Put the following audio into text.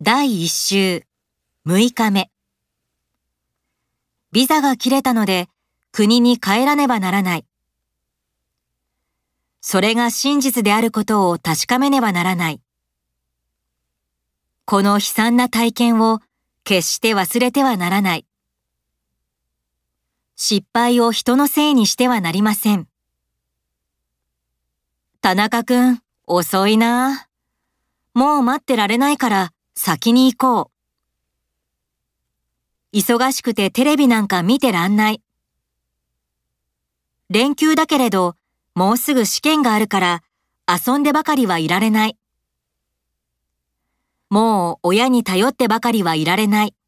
第1週、6日目。ビザが切れたので、国に帰らねばならない。それが真実であることを確かめねばならない。この悲惨な体験を決して忘れてはならない。失敗を人のせいにしてはなりません。田中くん、遅いな。もう待ってられないから先に行こう。忙しくてテレビなんか見てらんない。連休だけれど、もうすぐ試験があるから遊んでばかりはいられない。もう親に頼ってばかりはいられない。